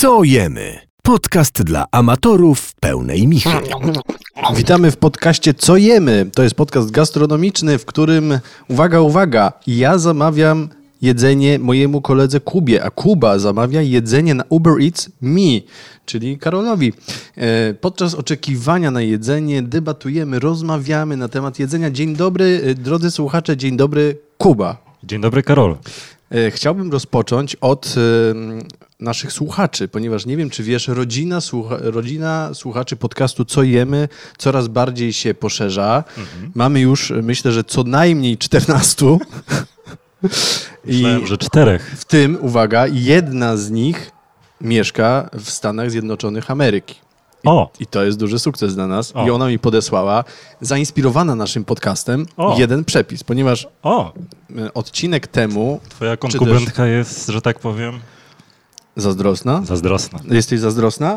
Co jemy? Podcast dla amatorów pełnej michy. Witamy w podcaście Co jemy? To jest podcast gastronomiczny, w którym, uwaga, ja zamawiam jedzenie mojemu koledze Kubie, a Kuba zamawia jedzenie na Uber Eats mi, czyli Karolowi. Podczas oczekiwania na jedzenie debatujemy, rozmawiamy na temat jedzenia. Dzień dobry, drodzy słuchacze, dzień dobry, Kuba. Dzień dobry, Karol. Chciałbym rozpocząć od naszych słuchaczy, ponieważ nie wiem, czy wiesz, rodzina słuchaczy podcastu Co jemy coraz bardziej się poszerza. Mamy już, myślę, że co najmniej 14. Myślałem, że 4. W tym, uwaga, jedna z nich mieszka w Stanach Zjednoczonych Ameryki. I to jest duży sukces dla nas. I ona mi podesłała, zainspirowana naszym podcastem, jeden przepis, ponieważ odcinek temu... Twoja konkubentka jest, że tak powiem... Zazdrosna? Zazdrosna. Jesteś zazdrosna?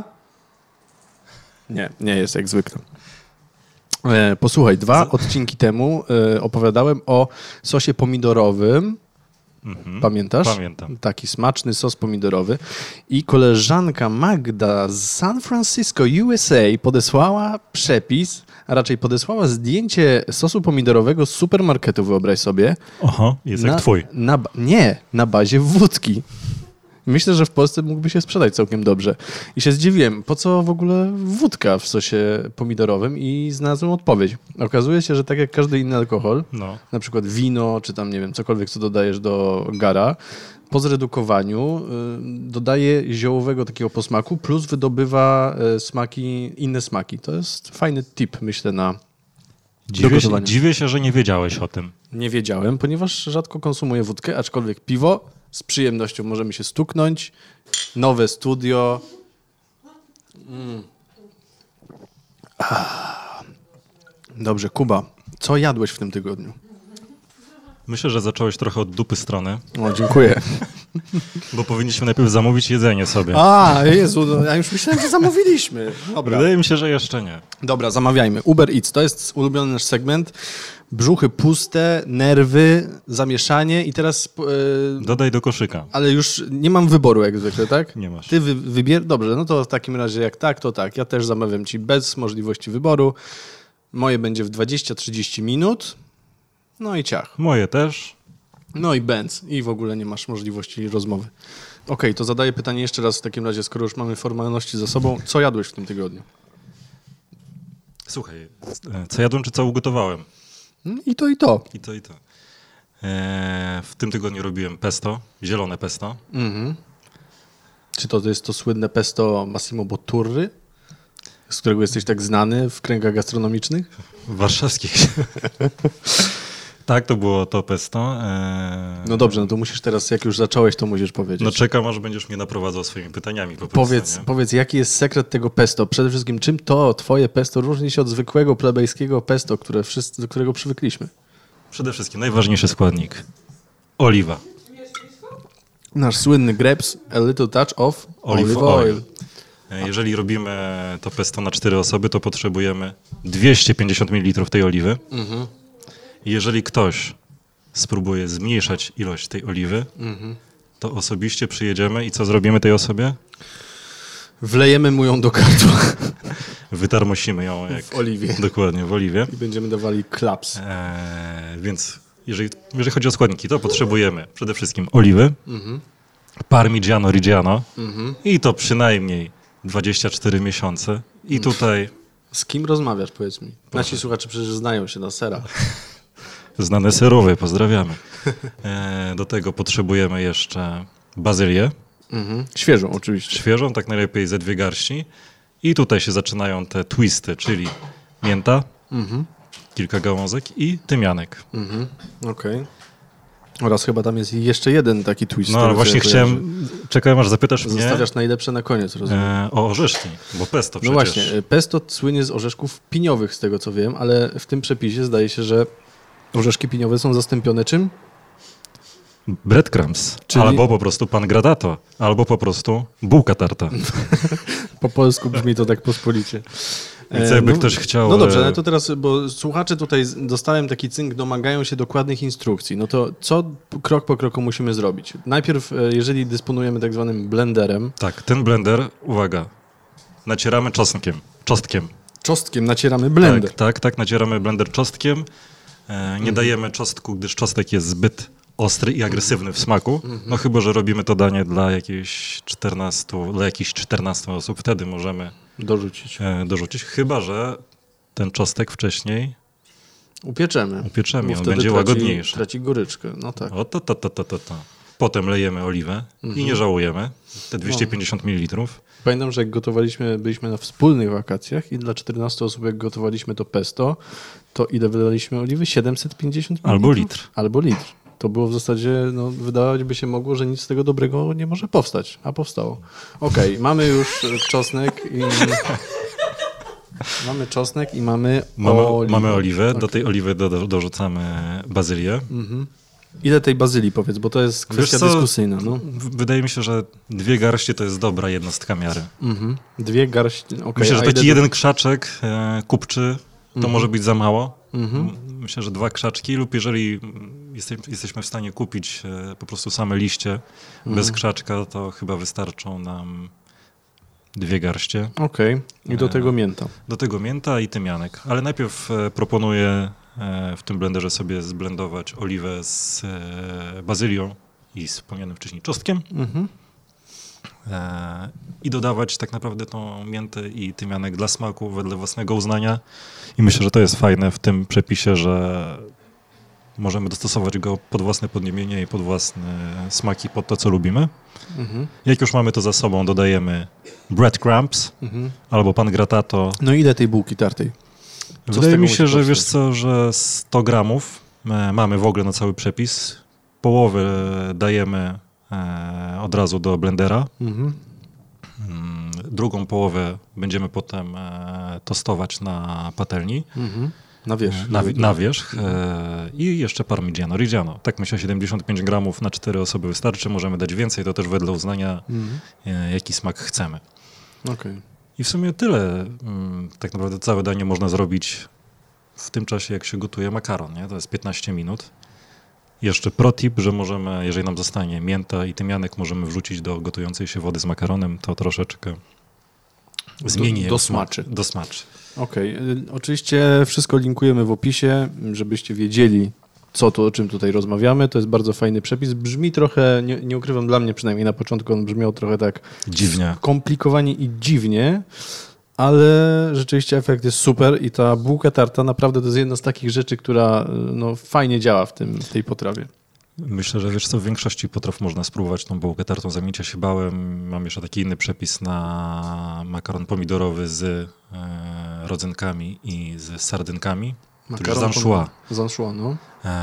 Nie jest jak zwykle. Posłuchaj, 2 odcinki temu opowiadałem o sosie pomidorowym. Pamiętasz? Pamiętam. Taki smaczny sos pomidorowy. I koleżanka Magda z San Francisco, USA podesłała przepis, a raczej podesłała zdjęcie sosu pomidorowego z supermarketu, wyobraź sobie. Jest jak twój. Na bazie wódki. Myślę, że w Polsce mógłby się sprzedać całkiem dobrze. I się zdziwiłem, po co w ogóle wódka w sosie pomidorowym i znalazłem odpowiedź. Okazuje się, że tak jak każdy inny alkohol, na przykład wino, czy tam nie wiem, cokolwiek, co dodajesz do gara, po zredukowaniu dodaje ziołowego takiego posmaku, plus wydobywa inne smaki. To jest fajny tip, myślę, na gotowanie. Dziwię się, że nie wiedziałeś o tym. Nie wiedziałem, ponieważ rzadko konsumuję wódkę, aczkolwiek piwo z przyjemnością możemy się stuknąć. Nowe studio. Dobrze, Kuba, co jadłeś w tym tygodniu? Myślę, że zacząłeś trochę od dupy strony. Dziękuję. Bo powinniśmy najpierw zamówić jedzenie sobie. Jezu, ja już myślałem, że zamówiliśmy. Dobra. Wydaje mi się, że jeszcze nie. Dobra, zamawiajmy. Uber Eats, to jest ulubiony nasz segment. Brzuchy puste, nerwy, zamieszanie i teraz... Dodaj do koszyka. Ale już nie mam wyboru jak zwykle, tak? Nie masz. Ty wybierz... Dobrze, no to w takim razie jak tak, to tak. Ja też zamawiam ci bez możliwości wyboru. Moje będzie w 20-30 minut. No i ciach. Moje też. No i bęc. I w ogóle nie masz możliwości rozmowy. Okej, to zadaję pytanie jeszcze raz w takim razie, skoro już mamy formalności za sobą. Co jadłeś w tym tygodniu? Słuchaj, co jadłem czy co ugotowałem? I to, i to. I to, i to. W tym tygodniu robiłem pesto, zielone pesto. Czy to jest to słynne pesto Massimo Botturry, z którego jesteś tak znany w kręgach gastronomicznych? Warszawskich. Tak, to było to pesto. No dobrze, no to musisz teraz, jak już zacząłeś, to musisz powiedzieć. No czekam, aż będziesz mnie naprowadzał swoimi pytaniami po prostu. Powiedz, jaki jest sekret tego pesto? Przede wszystkim, czym to twoje pesto różni się od zwykłego plebejskiego pesto, do którego przywykliśmy? Przede wszystkim najważniejszy składnik. Oliwa. Nasz słynny grapes, a little touch of olive oil. Jeżeli robimy to pesto na 4 osoby, to potrzebujemy 250 ml tej oliwy. Jeżeli ktoś spróbuje zmniejszać ilość tej oliwy, to osobiście przyjedziemy i co zrobimy tej osobie? Wlejemy mu ją do gardła. Wytarmosimy ją w oliwie. Dokładnie, w oliwie. I będziemy dawali klaps. Więc jeżeli chodzi o składniki, to potrzebujemy przede wszystkim oliwy, Parmigiano Reggiano i to przynajmniej 24 miesiące. I tutaj... Z kim rozmawiasz, powiedz mi? Nasi słuchacze przecież znają się na serach. Znane serowe, pozdrawiamy. Do tego potrzebujemy jeszcze bazylię. Świeżą oczywiście. Świeżą, tak najlepiej ze 2 garści. I tutaj się zaczynają te twisty, czyli mięta, kilka gałązek i tymianek. Okej. Oraz chyba tam jest jeszcze jeden taki twist. No właśnie czekałem aż zapytasz mnie. Zostawiasz najlepsze na koniec, rozumiem. O orzeszki, bo pesto przecież. No właśnie, pesto słynie z orzeszków piniowych, z tego co wiem, ale w tym przepisie zdaje się, że orzeszki piniowe są zastąpione czym? Breadcrumbs, albo po prostu pan gradato, albo po prostu bułka tarta. Po polsku brzmi to tak pospolicie. Więc jakby ktoś chciał... No dobrze, ale to teraz, bo słuchacze tutaj, dostałem taki cynk, domagają się dokładnych instrukcji. No to co krok po kroku musimy zrobić? Najpierw, jeżeli dysponujemy tak zwanym blenderem. Tak, ten blender, uwaga, nacieramy czosnkiem. Czosnkiem nacieramy blender. Tak, nacieramy blender czosnkiem. Nie dajemy czosnku, gdyż czosnek jest zbyt ostry i agresywny w smaku. No chyba, że robimy to danie dla jakichś 14 osób, wtedy możemy dorzucić. Chyba, że ten czosnek wcześniej upieczemy. I on wtedy będzie łagodniejszy. Traci goryczkę, no tak. Potem lejemy oliwę i nie żałujemy. Te 250 ml. Pamiętam, że jak byliśmy na wspólnych wakacjach i dla 14 osób, jak gotowaliśmy to pesto, to ile wydaliśmy oliwy? 750 ml? Albo litr. To było w zasadzie, no, wydawać by się mogło, że nic z tego dobrego nie może powstać, a powstało. Okej, mamy już czosnek i mamy oliwę. Mamy oliwę, do tej oliwy dorzucamy bazylię. Ile tej bazylii, powiedz, bo to jest kwestia dyskusyjna. No. Wydaje mi się, że 2 garści to jest dobra jednostka miary. 2 garści, okej. Myślę, że taki jeden krzaczek kupczy to może być za mało. Myślę, że 2 krzaczki lub jeżeli jesteśmy w stanie kupić po prostu same liście bez krzaczka, to chyba wystarczą nam 2 garście. Okej. I do tego mięta. Do tego mięta i tymianek. Ale najpierw proponuję w tym blenderze sobie zblendować oliwę z bazylią i z wspomnianym wcześniej czosnkiem. I dodawać tak naprawdę tą miętę i tymianek dla smaku wedle własnego uznania. I myślę, że to jest fajne w tym przepisie, że możemy dostosować go pod własne podniebienie i pod własne smaki, pod to, co lubimy. Jak już mamy to za sobą, dodajemy breadcrumbs albo pangrattato. No ile tej bułki tartej? Wydaje mi się, że wiesz co, że 100 gramów mamy w ogóle na cały przepis. Połowę dajemy od razu do blendera. Drugą połowę będziemy potem tostować na patelni. Na wierzch. I jeszcze Parmigiano Reggiano. Tak myślę, 75 gramów na 4 osoby wystarczy. Możemy dać więcej, to też wedle uznania, jaki smak chcemy. Okay. I w sumie tyle. Tak naprawdę całe danie można zrobić w tym czasie, jak się gotuje makaron. Nie? To jest 15 minut. Jeszcze protip, że możemy, jeżeli nam zostanie mięta i tymianek, możemy wrzucić do gotującej się wody z makaronem. To troszeczkę zmieni do smaczy. Okej. Oczywiście wszystko linkujemy w opisie, żebyście wiedzieli, o czym tutaj rozmawiamy. To jest bardzo fajny przepis. Brzmi trochę, nie ukrywam, dla mnie przynajmniej na początku on brzmiał trochę tak dziwnie, skomplikowanie i dziwnie, ale rzeczywiście efekt jest super i ta bułka tarta naprawdę to jest jedna z takich rzeczy, która no, fajnie działa w tej potrawie. Myślę, że wiesz co, w większości potraw można spróbować tą bułkę tartą. Zamięcia się bałem. Mam jeszcze taki inny przepis na makaron pomidorowy z rodzynkami i z sardynkami. Makaron z anchois, no.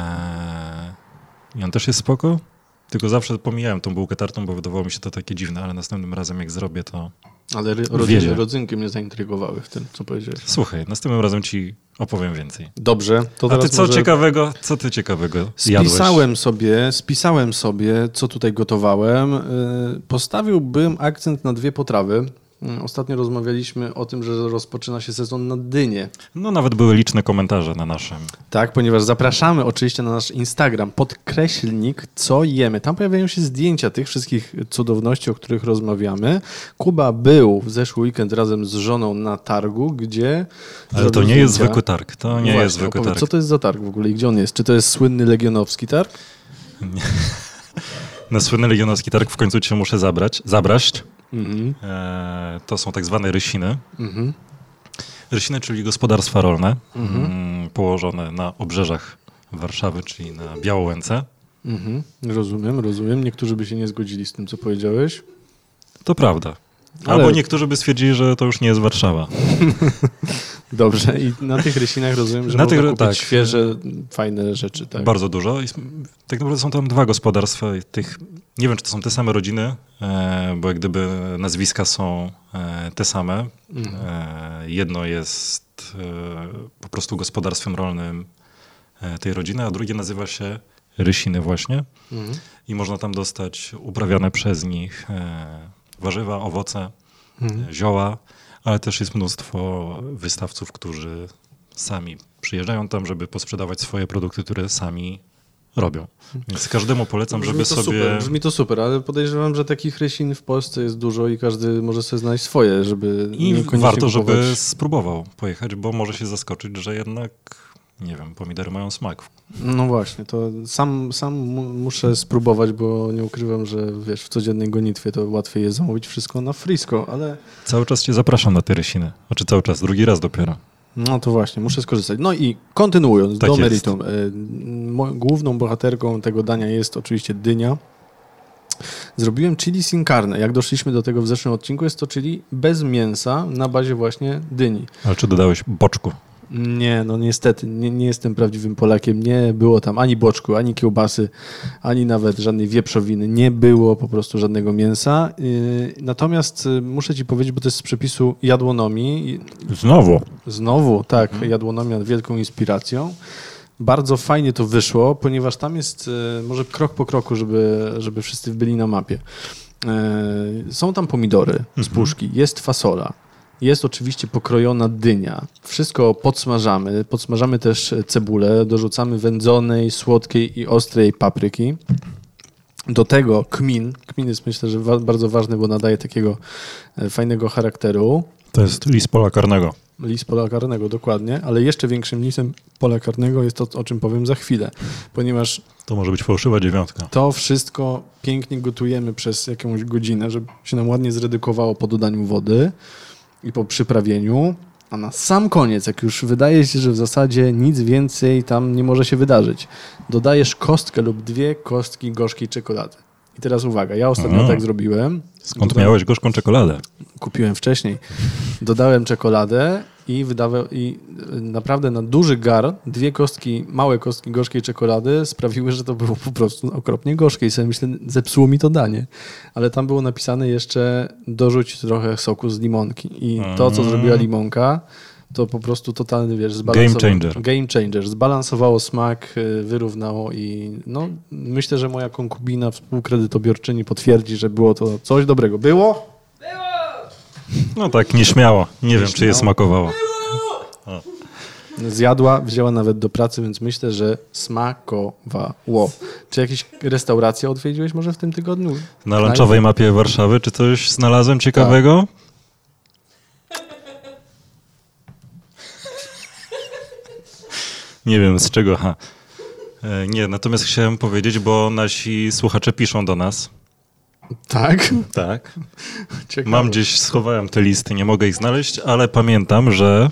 I on też jest spoko, tylko zawsze pomijałem tą bułkę tartą, bo wydawało mi się to takie dziwne, ale następnym razem jak zrobię, to ale rodzynki mnie zaintrygowały w tym, co powiedziałeś. Słuchaj, następnym razem ci opowiem więcej. Dobrze. To a ty co ty ciekawego Spisałem sobie, co tutaj gotowałem. Postawiłbym akcent na 2 potrawy. Ostatnio rozmawialiśmy o tym, że rozpoczyna się sezon na dynie. No nawet były liczne komentarze na naszym. Tak, ponieważ zapraszamy oczywiście na nasz Instagram, _, co jemy. Tam pojawiają się zdjęcia tych wszystkich cudowności, o których rozmawiamy. Kuba był w zeszły weekend razem z żoną na targu, gdzie... Ale to nie jest zwykły targ. To nie jest zwykły targ. Co to jest za targ w ogóle i gdzie on jest? Czy to jest słynny legionowski targ? Nie. Na słynny legionowski targ w końcu cię muszę zabrać. To są tak zwane rysiny. Rysiny, czyli gospodarstwa rolne, położone na obrzeżach Warszawy, czyli na Białołęce. Rozumiem. Niektórzy by się nie zgodzili z tym, co powiedziałeś. To prawda. Albo niektórzy by stwierdzili, że to już nie jest Warszawa. Dobrze. I na tych rysinach rozumiem, że można kupić świeże, fajne rzeczy. Tak? Bardzo dużo. I tak naprawdę są tam 2 gospodarstwa. Nie wiem, czy to są te same rodziny, bo jak gdyby nazwiska są te same. Jedno jest po prostu gospodarstwem rolnym tej rodziny, a drugie nazywa się Rysiny właśnie. I można tam dostać uprawiane przez nich warzywa, owoce, zioła, ale też jest mnóstwo wystawców, którzy sami przyjeżdżają tam, żeby posprzedawać swoje produkty, które sami robią. Więc każdemu polecam, żeby sobie... Brzmi to super, ale podejrzewam, że takich rysin w Polsce jest dużo i każdy może sobie znaleźć swoje, żeby I niekoniecznie warto, kupować. żeby spróbował pojechać, bo może się zaskoczyć, że jednak, nie wiem, pomidory mają smak. No właśnie, to sam muszę spróbować, bo nie ukrywam, że wiesz, w codziennej gonitwie to łatwiej jest zamówić wszystko na Frisco, ale Cały czas cię zapraszam na te rysiny. Znaczy cały czas, drugi raz dopiero. no to właśnie, muszę skorzystać. No i kontynuując, Tak do jest. meritum. Główną bohaterką tego dania jest oczywiście dynia. Zrobiłem chili sin carne. Jak doszliśmy do tego w zeszłym odcinku, jest to chili bez mięsa na bazie właśnie dyni. Ale czy dodałeś boczku? Nie, no niestety, nie jestem prawdziwym Polakiem. Nie było tam ani boczku, ani kiełbasy, ani nawet żadnej wieprzowiny. Nie było po prostu żadnego mięsa. Natomiast muszę ci powiedzieć, bo to jest z przepisu jadłonomii. Znowu, tak, jadłonomia wielką inspiracją. Bardzo fajnie to wyszło, ponieważ tam jest może krok po kroku, żeby wszyscy byli na mapie. Są tam pomidory z puszki, jest fasola. Jest oczywiście pokrojona dynia. Wszystko podsmażamy. Podsmażamy też cebulę. Dorzucamy wędzonej, słodkiej i ostrej papryki. Do tego kmin. Kmin jest myślę, że bardzo ważny, bo nadaje takiego fajnego charakteru. To jest lis pola karnego. Lis pola karnego, dokładnie. Ale jeszcze większym lisem pola karnego jest to, o czym powiem za chwilę. Ponieważ To może być fałszywa dziewiątka. to wszystko pięknie gotujemy przez jakąś godzinę, żeby się nam ładnie zredukowało po dodaniu wody i po przyprawieniu, a na sam koniec, jak już wydaje się, że w zasadzie nic więcej tam nie może się wydarzyć, dodajesz kostkę lub 2 kostki gorzkiej czekolady. I teraz uwaga, ja ostatnio tak zrobiłem. Skąd miałeś gorzką czekoladę? Kupiłem wcześniej. Dodałem czekoladę i naprawdę na duży gar 2 małe kostki gorzkiej czekolady sprawiły, że to było po prostu okropnie gorzkie i sobie myślę, zepsuło mi to danie. Ale tam było napisane jeszcze dorzuć trochę soku z limonki. I to, co zrobiła limonka, to po prostu totalny, wiesz, Game changer. Zbalansowało smak, wyrównało i no, myślę, że moja konkubina, współkredytobiorczyni potwierdzi, że było to coś dobrego. Było? No tak, nieśmiało. Nie wiem, czy je smakowało. Zjadła, wzięła nawet do pracy, więc myślę, że smakowało. Czy jakieś restauracje odwiedziłeś może w tym tygodniu? Na lunchowej mapie Warszawy, czy coś znalazłem ciekawego? Nie wiem z czego. Nie, natomiast chciałem powiedzieć, bo nasi słuchacze piszą do nas. Tak? Tak. Ciekawe. Mam gdzieś, schowałem te listy, nie mogę ich znaleźć, ale pamiętam, że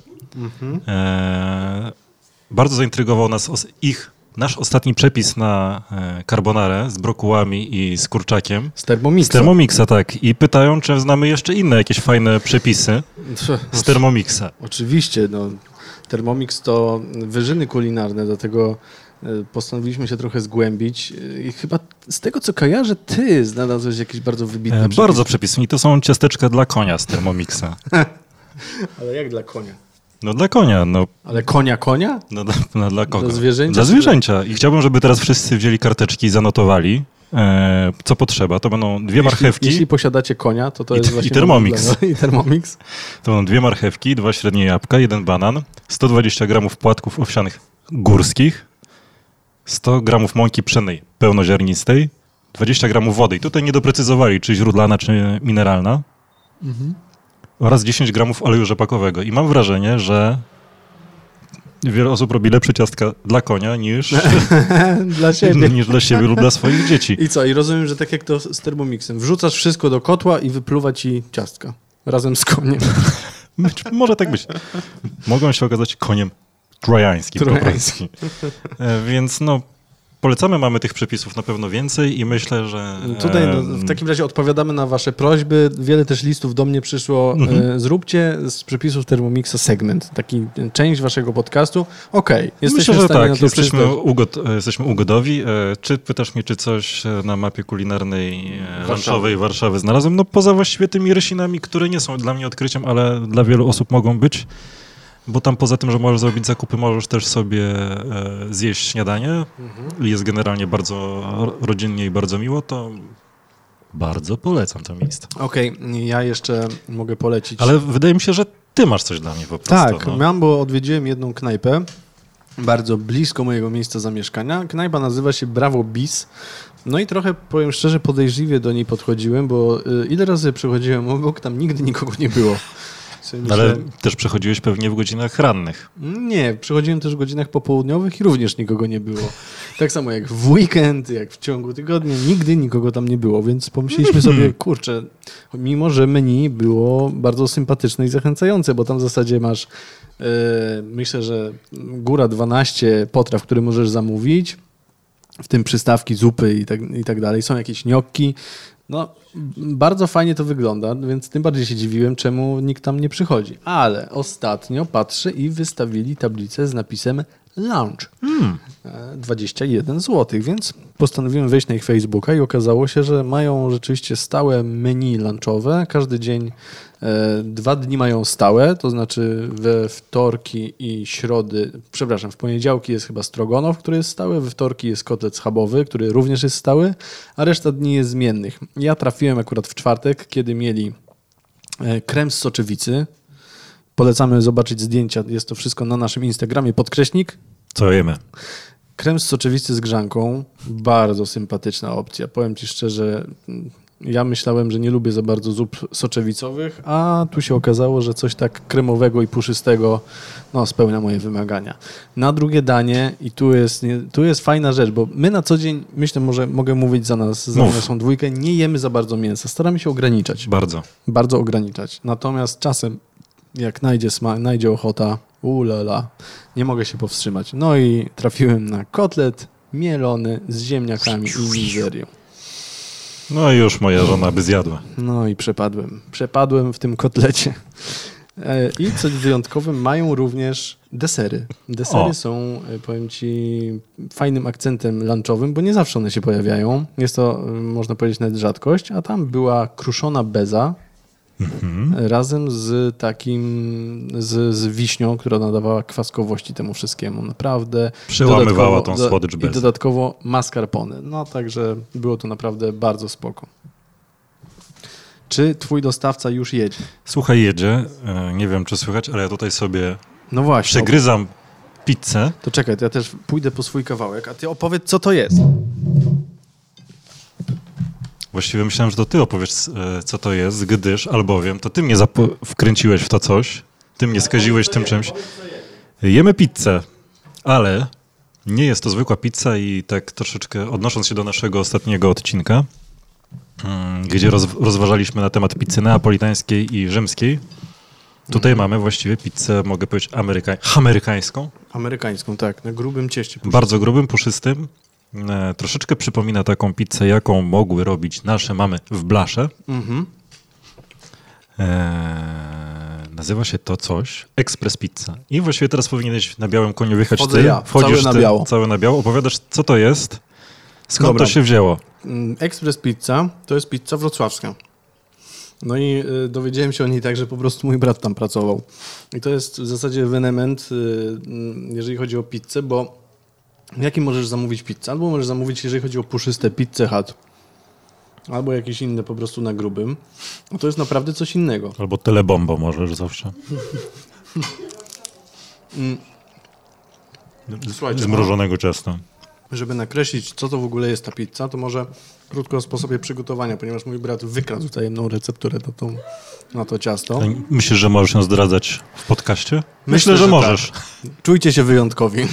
bardzo zaintrygował nas nasz ostatni przepis na carbonarę z brokułami i z kurczakiem. Z Thermomixa. Z Thermomixa, tak. I pytają, czy znamy jeszcze inne jakieś fajne przepisy z Thermomixa. Oczywiście, no. Thermomix to wyżyny kulinarne, dlatego postanowiliśmy się trochę zgłębić i chyba z tego, co kojarzę, ty znalazłeś jakiś bardzo wybitny przepis. Bardzo przepisy. I to są ciasteczka dla konia z Thermomixa. Ale jak dla konia? No dla konia, no. Ale konia? No dla kogo? Dla zwierzęcia? Dla zwierzęcia. I chciałbym, żeby teraz wszyscy wzięli karteczki i zanotowali, co potrzeba. To będą 2 marchewki. Jeśli posiadacie konia, to jest właśnie... I Thermomix. I Thermomix. To będą 2 marchewki, 2 średnie jabłka, 1 banan, 120 gramów płatków owsianych górskich, 100 gramów mąki pszennej pełnoziarnistej, 20 gramów wody. I tutaj nie doprecyzowali, czy źródlana, czy mineralna. Oraz 10 gramów oleju rzepakowego. I mam wrażenie, że wiele osób robi lepsze ciastka dla konia niż Dla siebie. niż dla siebie lub dla swoich dzieci. I co? I rozumiem, że tak jak to z Thermomixem. Wrzucasz wszystko do kotła i wypluwa ci ciastka. Razem z koniem. Może tak być. Mogą się okazać koniem trojańskim. Trojańskim. Więc no, polecamy, mamy tych przepisów na pewno więcej i myślę, że... Tutaj w takim razie odpowiadamy na wasze prośby. Wiele też listów do mnie przyszło. Zróbcie z przepisów Thermomixa segment. Taki część waszego podcastu. Jesteśmy myślę, w że stanie tak, na to jesteśmy ugodowi. Czy pytasz mnie, czy coś na mapie kulinarnej lunchowej Warszawy znalazłem? No poza właściwie tymi rysinami, które nie są dla mnie odkryciem, ale dla wielu osób mogą być. Bo tam poza tym, że możesz zrobić zakupy, możesz też sobie zjeść śniadanie. Jest generalnie bardzo rodzinnie i bardzo miło, to Bardzo polecam to miejsce. Okej, ja jeszcze mogę polecić. Ale wydaje mi się, że ty masz coś dla mnie po prostu. Tak, no. mam, bo odwiedziłem jedną knajpę bardzo blisko mojego miejsca zamieszkania. Knajpa nazywa się Bravo Bis. No i trochę, powiem szczerze, podejrzliwie do niej podchodziłem, bo ile razy przychodziłem obok, tam nigdy nikogo nie było. Ale też przechodziłeś pewnie w godzinach rannych. Nie, przychodziłem też w godzinach popołudniowych i również nikogo nie było. Tak samo jak w weekend, jak w ciągu tygodnia, nigdy nikogo tam nie było, więc pomyśleliśmy sobie, kurczę, mimo że menu było bardzo sympatyczne i zachęcające, bo tam w zasadzie masz, myślę, że góra 12 potraw, które możesz zamówić, w tym przystawki, zupy i tak dalej. Są jakieś gnocchi. No, bardzo fajnie to wygląda, więc tym bardziej się dziwiłem, czemu nikt tam nie przychodzi. Ale ostatnio patrzę i wystawili tablicę z napisem Lounge. 21 zł, więc postanowiłem wejść na ich Facebooka i okazało się, że mają rzeczywiście stałe menu lunchowe. Każdy dzień, 2 dni mają stałe, to znaczy we wtorki i środy, przepraszam, w poniedziałki jest chyba stroganow, który jest stały, we wtorki jest kotlet schabowy, który również jest stały, a reszta dni jest zmiennych. Ja trafiłem akurat w czwartek, kiedy mieli krem z soczewicy. Polecamy zobaczyć zdjęcia, jest to wszystko na naszym Instagramie, podkreśnik. Co jemy? Krem z soczewicy z grzanką, bardzo sympatyczna opcja. Powiem ci szczerze, ja myślałem, że nie lubię za bardzo zup soczewicowych, a tu się okazało, że coś tak kremowego i puszystego spełnia moje wymagania. Na drugie danie, i tu jest fajna rzecz, bo my na co dzień, myślę, może mogę mówić za nas, za naszą dwójkę, nie jemy za bardzo mięsa. Staramy się ograniczać. Bardzo ograniczać. Natomiast czasem, jak najdzie ochota, ulala, nie mogę się powstrzymać. No i trafiłem na kotlet mielony z ziemniakami i mizerią. No i już moja żona by zjadła. No i przepadłem w tym kotlecie. I co wyjątkowym, mają również desery. Desery są, powiem ci, fajnym akcentem lunchowym, bo nie zawsze one się pojawiają. Jest to, można powiedzieć, nawet rzadkość, a tam była kruszona beza, razem z z wiśnią, która nadawała kwaskowości temu wszystkiemu. Naprawdę. Przełamywała tą słodycz bez. I dodatkowo mascarpone. No także było to naprawdę bardzo spoko. Czy twój dostawca już jedzie? Słuchaj, jedzie. Nie wiem, czy słychać, ale ja tutaj sobie właśnie przegryzam pizzę. To czekaj, to ja też pójdę po swój kawałek, a ty opowiedz, co to jest. Właściwie myślałem, że to ty opowiesz, co to jest, gdyż, albowiem, to ty mnie wkręciłeś w to coś, ty mnie skaziłeś tym czymś. Jemy pizzę, ale nie jest to zwykła pizza i tak troszeczkę odnosząc się do naszego ostatniego odcinka, gdzie rozważaliśmy na temat pizzy neapolitańskiej i rzymskiej, tutaj mamy właściwie pizzę, mogę powiedzieć, amerykańską. Amerykańską, tak, na grubym cieście. Bardzo grubym, puszystym. Troszeczkę przypomina taką pizzę, jaką mogły robić nasze mamy w Blasze. Nazywa się to coś Express Pizza. I właściwie teraz powinieneś na białym koniu wjechać ty. Wchodzisz cały na biało. Opowiadasz, co to jest, skąd to się wzięło. Express Pizza to jest pizza wrocławska. No i dowiedziałem się o niej tak, że po prostu mój brat tam pracował. I to jest w zasadzie ewenement, jeżeli chodzi o pizzę, bo jaki możesz zamówić pizzę? Albo możesz zamówić, jeżeli chodzi o puszyste, Pizzę Hut. Albo jakieś inne po prostu na grubym. No to jest naprawdę coś innego. Albo Telebombo możesz zawsze. Słuchajcie, zmrożonego ciasta. Żeby nakreślić, co to w ogóle jest ta pizza, to może krótko o sposobie przygotowania, ponieważ mój brat wykradł tajemną recepturę na to ciasto. Myślisz, że możesz ją zdradzać w podcaście? Myślę, że możesz. Tak. Czujcie się wyjątkowi.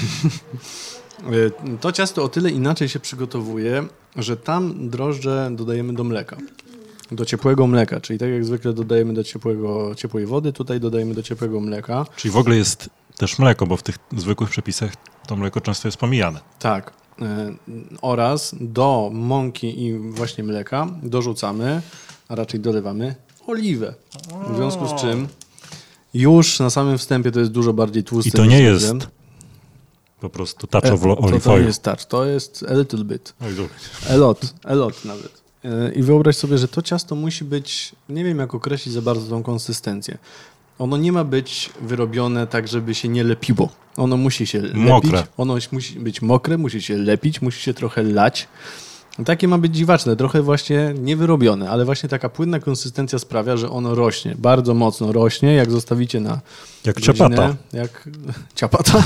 To ciasto o tyle inaczej się przygotowuje, że tam drożdże dodajemy do mleka. Do ciepłego mleka, czyli tak jak zwykle dodajemy do ciepłej wody, tutaj dodajemy do ciepłego mleka. Czyli w ogóle jest też mleko, bo w tych zwykłych przepisach to mleko często jest pomijane. Tak. Oraz do mąki i właśnie mleka dorzucamy, a raczej dolewamy oliwę. W związku z czym już na samym wstępie to jest dużo bardziej tłuste. I to nie jest po prostu touch of olive to oil. nie jest touch, to jest a little bit. A lot nawet. I wyobraź sobie, że to ciasto musi być, nie wiem jak określić za bardzo tą konsystencję. Ono nie ma być wyrobione tak, żeby się nie lepiło. Ono musi się lepić. Mokre. Ono musi być mokre, musi się lepić, musi się trochę lać. Takie ma być dziwaczne, trochę właśnie niewyrobione, ale właśnie taka płynna konsystencja sprawia, że ono rośnie, bardzo mocno rośnie, jak zostawicie na Jak godzinę, ciapata. Jak ciapata.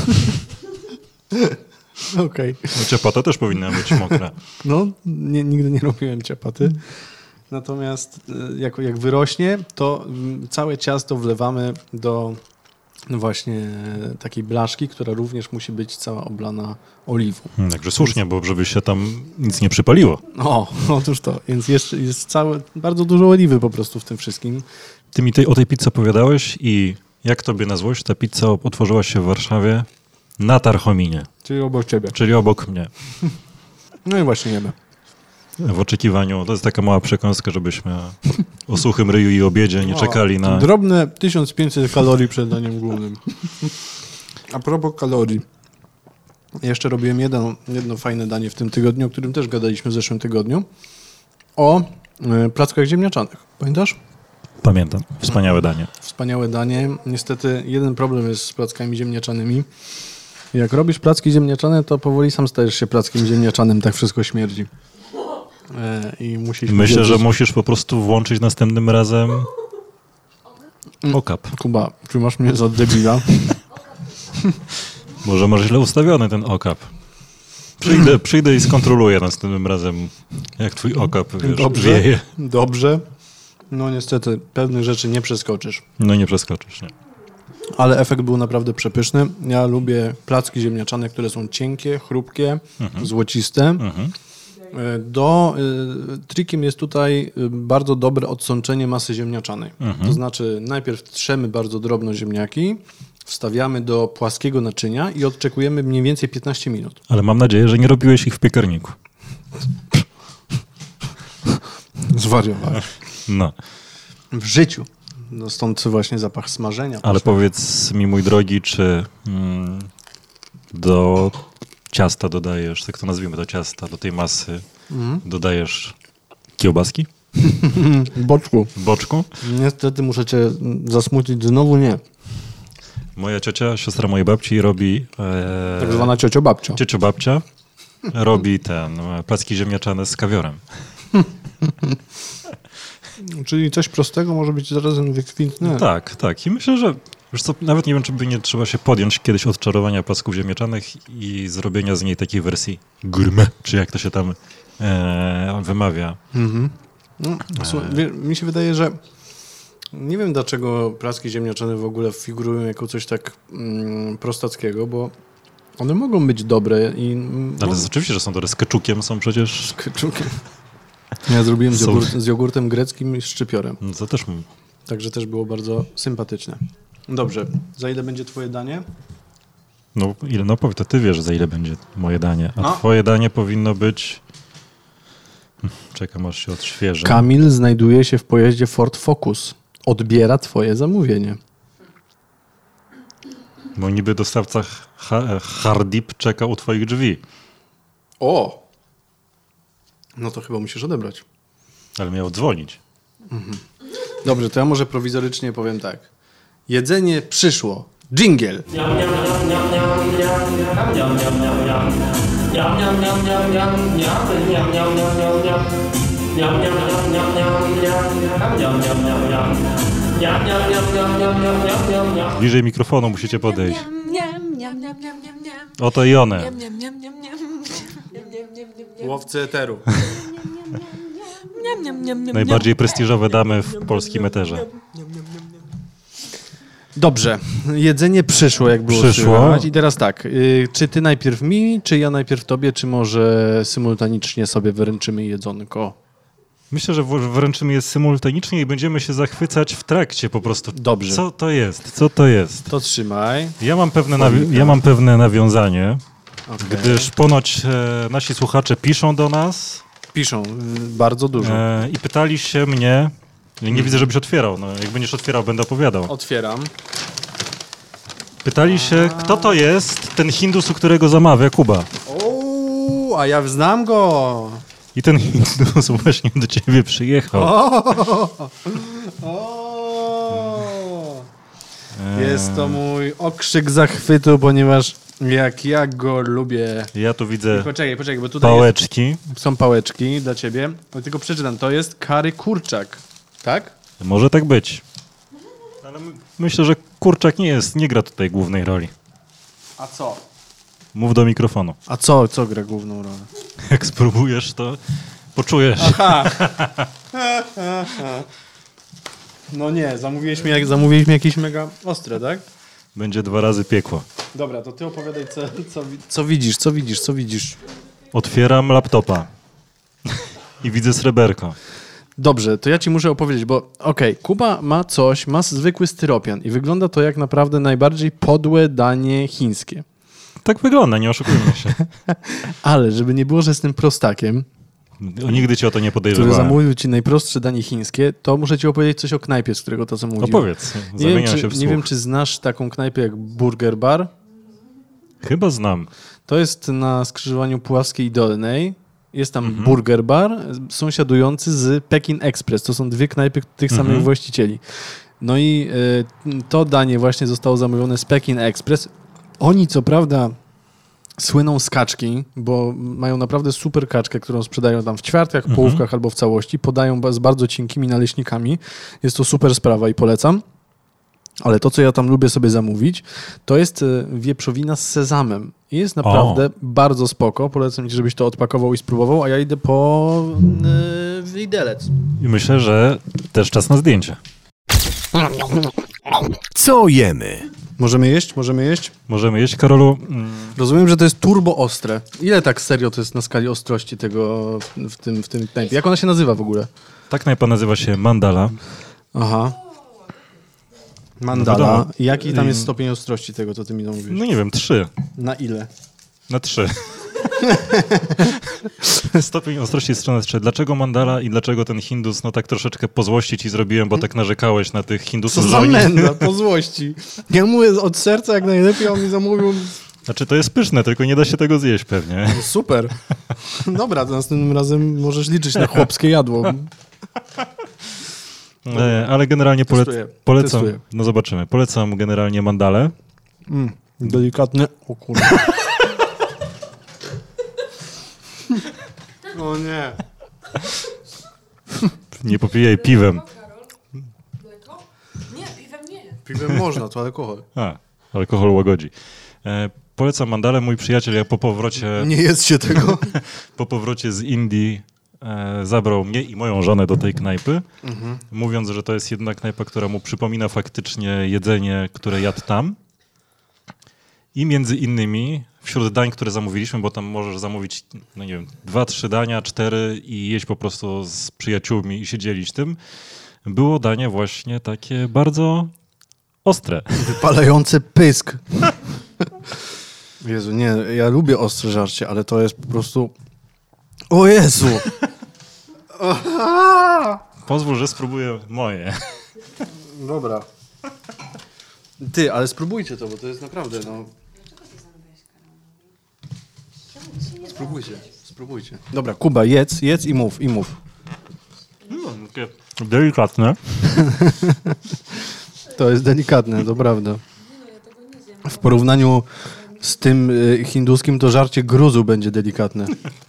Okej. No, ciapata też powinna być mokra. No, nigdy nie robiłem ciapaty. Natomiast jak wyrośnie, to całe ciasto wlewamy do właśnie takiej blaszki, która również musi być cała oblana oliwą. Także słusznie, bo żeby się tam nic nie przypaliło. Otóż to. Więc jeszcze jest bardzo dużo oliwy po prostu w tym wszystkim. Ty mi o tej pizzy opowiadałeś i jak tobie na złość ta pizza otworzyła się w Warszawie na Tarchominie, Czyli obok ciebie. czyli obok mnie. No i właśnie jemy. W oczekiwaniu, to jest taka mała przekąska, żebyśmy o suchym ryju i obiedzie nie czekali na... Drobne 1500 kalorii przed daniem głównym. A propos kalorii. Jeszcze robiłem jedno fajne danie w tym tygodniu, o którym też gadaliśmy w zeszłym tygodniu. O plackach ziemniaczanych. Pamiętasz? Pamiętam, wspaniałe danie. Wspaniałe danie. Niestety jeden problem jest z plackami ziemniaczanymi. Jak robisz placki ziemniaczane, to powoli sam stajesz się plackiem ziemniaczanym. Tak wszystko śmierdzi. I musisz Myślę, że musisz po prostu włączyć następnym razem okap. Kuba, czy masz mnie za debila? Może masz źle ustawiony ten okap. Przyjdę i skontroluję następnym razem, jak twój okap wieje. Dobrze. No niestety, pewnych rzeczy nie przeskoczysz. No nie przeskoczysz, nie. Ale efekt był naprawdę przepyszny. Ja lubię placki ziemniaczane, które są cienkie, chrupkie, złociste. Trikiem jest tutaj bardzo dobre odsączenie masy ziemniaczanej. To znaczy najpierw trzemy bardzo drobno ziemniaki, wstawiamy do płaskiego naczynia i odczekujemy mniej więcej 15 minut. Ale mam nadzieję, że nie robiłeś ich w piekarniku. Zwariowałeś. No. W życiu. No stąd właśnie zapach smażenia. Ale powiedz mi, mój drogi, czy do ciasta dodajesz, tak to nazwijmy, do ciasta, do tej masy, dodajesz kiełbaski? Boczku. Boczku? Niestety muszę cię zasmucić, znowu nie. Moja ciocia, siostra mojej babci robi... Tak zwana ciociobabcia. Ciociobabcia robi placki ziemniaczane z kawiorem. Czyli coś prostego może być zarazem wykwintne. Tak, tak. I myślę, że wiesz co, nawet nie wiem, czy by nie trzeba się podjąć kiedyś od czarowania placków ziemniaczanych i zrobienia z niej takiej wersji gourmet, czy jak to się tam wymawia. No, mi się wydaje, że nie wiem, dlaczego placki ziemniaczane w ogóle figurują jako coś tak prostackiego, bo one mogą być dobre i... Ale oczywiście, że są dobre. Z keczukiem są przecież... Z keczukiem. Ja zrobiłem z jogurtem greckim i z szczypiorem. No to też... Także też było bardzo sympatyczne. Dobrze. Za ile będzie twoje danie? No powiedz, to ty wiesz, za ile będzie moje danie. A twoje danie powinno być... Czekam, aż się odświeżę. Kamil znajduje się w pojeździe Ford Focus. Odbiera twoje zamówienie. Bo niby dostawca Hardip czeka u twoich drzwi. O! No to chyba musisz odebrać. Ale miał dzwonić. Dobrze, to ja może prowizorycznie powiem tak. Jedzenie przyszło. Dżingiel. Bliżej mikrofonu musicie podejść. Oto i one. Łowcy eteru. Najbardziej prestiżowe damy w polskim eterze. Dobrze. Jedzenie przyszło, jak było słychać. I teraz tak. Czy ty najpierw mi, czy ja najpierw tobie, czy może symultanicznie sobie wyręczymy jedzonko? Myślę, że wręczymy je symultanicznie i będziemy się zachwycać w trakcie po prostu. Dobrze. Co to jest? Co to jest? To trzymaj. Ja mam pewne nawiązanie, Okay. gdyż ponoć nasi słuchacze piszą do nas. Piszą bardzo dużo. I pytali się mnie, nie widzę, żebyś otwierał, no, jak będziesz otwierał, będę opowiadał. Otwieram. Pytali się, kto to jest ten Hindus, u którego zamawia Kuba. O, a ja znam go. I ten Hindus właśnie do ciebie przyjechał. Jest to mój okrzyk zachwytu, ponieważ Jak ja go lubię. Ja tu widzę Poczekaj, bo tutaj pałeczki. są pałeczki dla ciebie. Tylko przeczytam, to jest kary kurczak. Tak? Może tak być. Ale myślę, że kurczak nie gra tutaj głównej roli. A co? Mów do mikrofonu. A co gra główną rolę? Jak spróbujesz, to poczujesz. No nie, zamówiliśmy jakieś mega ostre, tak? Będzie 2 razy piekło. Dobra, to ty opowiadaj, co widzisz. Otwieram laptopa i widzę sreberko. Dobrze, to ja ci muszę opowiedzieć, bo Kuba ma zwykły styropian i wygląda to jak naprawdę najbardziej podłe danie chińskie. Tak wygląda, nie oszukujmy się. Ale żeby nie było, że jestem prostakiem, Nigdy cię o to nie który podejrzewałem. zamówił ci najprostsze danie chińskie, to muszę ci opowiedzieć coś o knajpie, z którego to zamówiłem. Opowiedz, zamieniam się w Nie słuch. wiem, czy znasz taką knajpę jak Burger Bar. Chyba znam. To jest na skrzyżowaniu Puławskiej i Dolnej. Jest tam Burger Bar, sąsiadujący z Pekin Express. To są 2 knajpy tych samych właścicieli. No i to danie właśnie zostało zamówione z Pekin Express. Oni co prawda słyną z kaczki, bo mają naprawdę super kaczkę, którą sprzedają tam w ćwiartkach, połówkach albo w całości. Podają z bardzo cienkimi naleśnikami. Jest to super sprawa i polecam. Ale to, co ja tam lubię sobie zamówić, to jest wieprzowina z sezamem. I jest naprawdę bardzo spoko. Polecam ci, żebyś to odpakował i spróbował, a ja idę po widelec. I myślę, że też czas na zdjęcie. Co jemy? Możemy jeść? Możemy jeść, Karolu. Rozumiem, że to jest turbo ostre. Ile tak serio to jest na skali ostrości tego w tym knajpie? Jak ona się nazywa w ogóle? Ta knajpa nazywa się Mandala. Aha. No Mandala. wiadomo. Jaki tam jest stopień ostrości tego, co ty mi mówisz? No nie wiem, 3. Na ile? Na 3. Stopień ostrości jest na 3. Dlaczego Mandala i dlaczego ten Hindus? No tak troszeczkę po złości ci zrobiłem, bo tak narzekałeś na tych Hindusów. Co za menda, po złości. Ja mówię od serca jak najlepiej, a on mi zamówił. Znaczy to jest pyszne, tylko nie da się tego zjeść pewnie. Super. Dobra, to następnym razem możesz liczyć na chłopskie jadło. Ale generalnie polecam. Testuję. No zobaczymy. Polecam generalnie Mandalę. Delikatny. O kurde. O nie. Nie popijaj piwem. Mleko? Nie, piwem nie. Piwem można, to alkohol. Alkohol łagodzi. Polecam Mandalę. Mój przyjaciel, ja po powrocie Nie jest się tego. po powrocie z Indii zabrał mnie i moją żonę do tej knajpy, mówiąc, że to jest jedna knajpa, która mu przypomina faktycznie jedzenie, które jadł tam. I między innymi wśród dań, które zamówiliśmy, bo tam możesz zamówić, no nie wiem, 2-3 dania, 4 i jeść po prostu z przyjaciółmi i się dzielić tym, było danie właśnie takie bardzo ostre. Wypalający pysk. Jezu, nie, ja lubię ostre żarcie, ale to jest po prostu... O Jezu! Pozwól, że spróbuję moje. Dobra. Ty, ale spróbujcie to, bo to jest naprawdę, no... Spróbujcie. Dobra, Kuba, jedz i mów. Takie delikatne. To jest delikatne, to prawda. W porównaniu z tym hinduskim to żarcie gruzu będzie delikatne.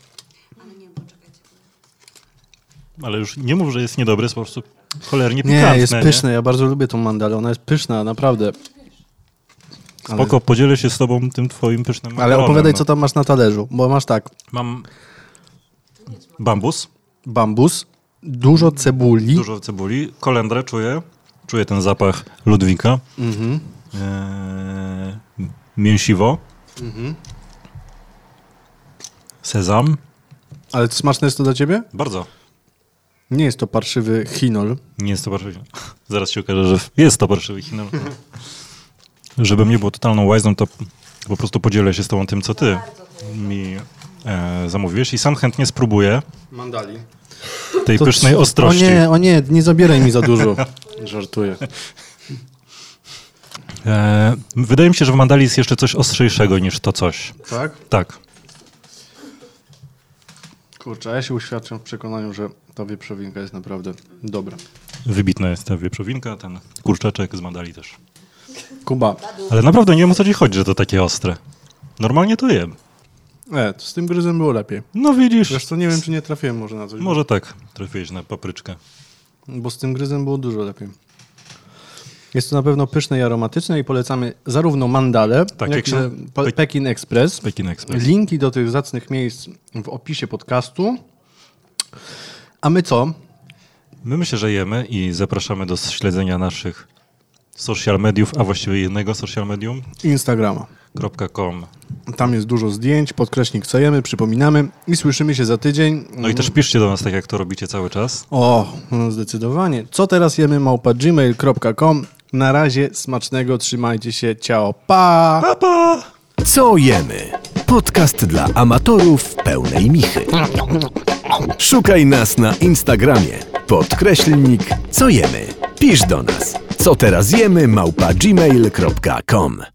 Ale już nie mów, że jest niedobry, jest po prostu cholernie pikantne. Nie, jest pyszne, ja bardzo lubię tą mandalę, ona jest pyszna, naprawdę. Spoko, podzielę się z tobą tym twoim pysznym Ale makaronem, opowiadaj, no. co tam masz na talerzu, bo masz tak, Mam bambus, bambus, dużo cebuli. dużo cebuli, kolendrę czuję ten zapach Ludwika, mięsiwo, sezam, Ale smaczne jest to dla ciebie? bardzo. Nie jest to parszywy chinol. Nie jest to parszywy. Zaraz się okaże, że jest to parszywy chinol. Żebym nie był totalną łajzą, to po prostu podzielę się z tobą tym, co ty mi zamówiłeś i sam chętnie spróbuję Mandali. tej pysznej ostrości. O nie zabieraj mi za dużo. Żartuję. Wydaje mi się, że w mandali jest jeszcze coś ostrzejszego niż to coś. Tak? Tak. Kurczę, a ja się uświadczam w przekonaniu, że ta wieprzowinka jest naprawdę dobra. Wybitna jest ta wieprzowinka, ten kurczaczek z mandali też. Kuba, Ale naprawdę nie wiem, o co ci chodzi, że to takie ostre. Normalnie to jem. To z tym gryzem było lepiej. No widzisz. Zresztą nie wiem, czy nie trafiłem może na coś. Może tak, trafiłeś na papryczkę. Bo z tym gryzem było dużo lepiej. Jest to na pewno pyszne i aromatyczne i polecamy zarówno Mandale, Tak, jak i jak się- Pekin Express. Pekin Express. Linki do tych zacnych miejsc w opisie podcastu. A my co? My myślę, że jemy i zapraszamy do śledzenia naszych social mediów, a właściwie jednego social medium, Instagrama. .com. Tam jest dużo zdjęć, podkreśnik co jemy, przypominamy i słyszymy się za tydzień. No i też piszcie do nas tak, jak to robicie cały czas. No zdecydowanie. Co teraz jemy? @gmail.com. Na razie smacznego, trzymajcie się, ciao, pa! Pa, pa! Co jemy? Podcast dla amatorów pełnej michy. Szukaj nas na Instagramie. _co jemy. Pisz do nas. Co teraz jemy? @gmail.com.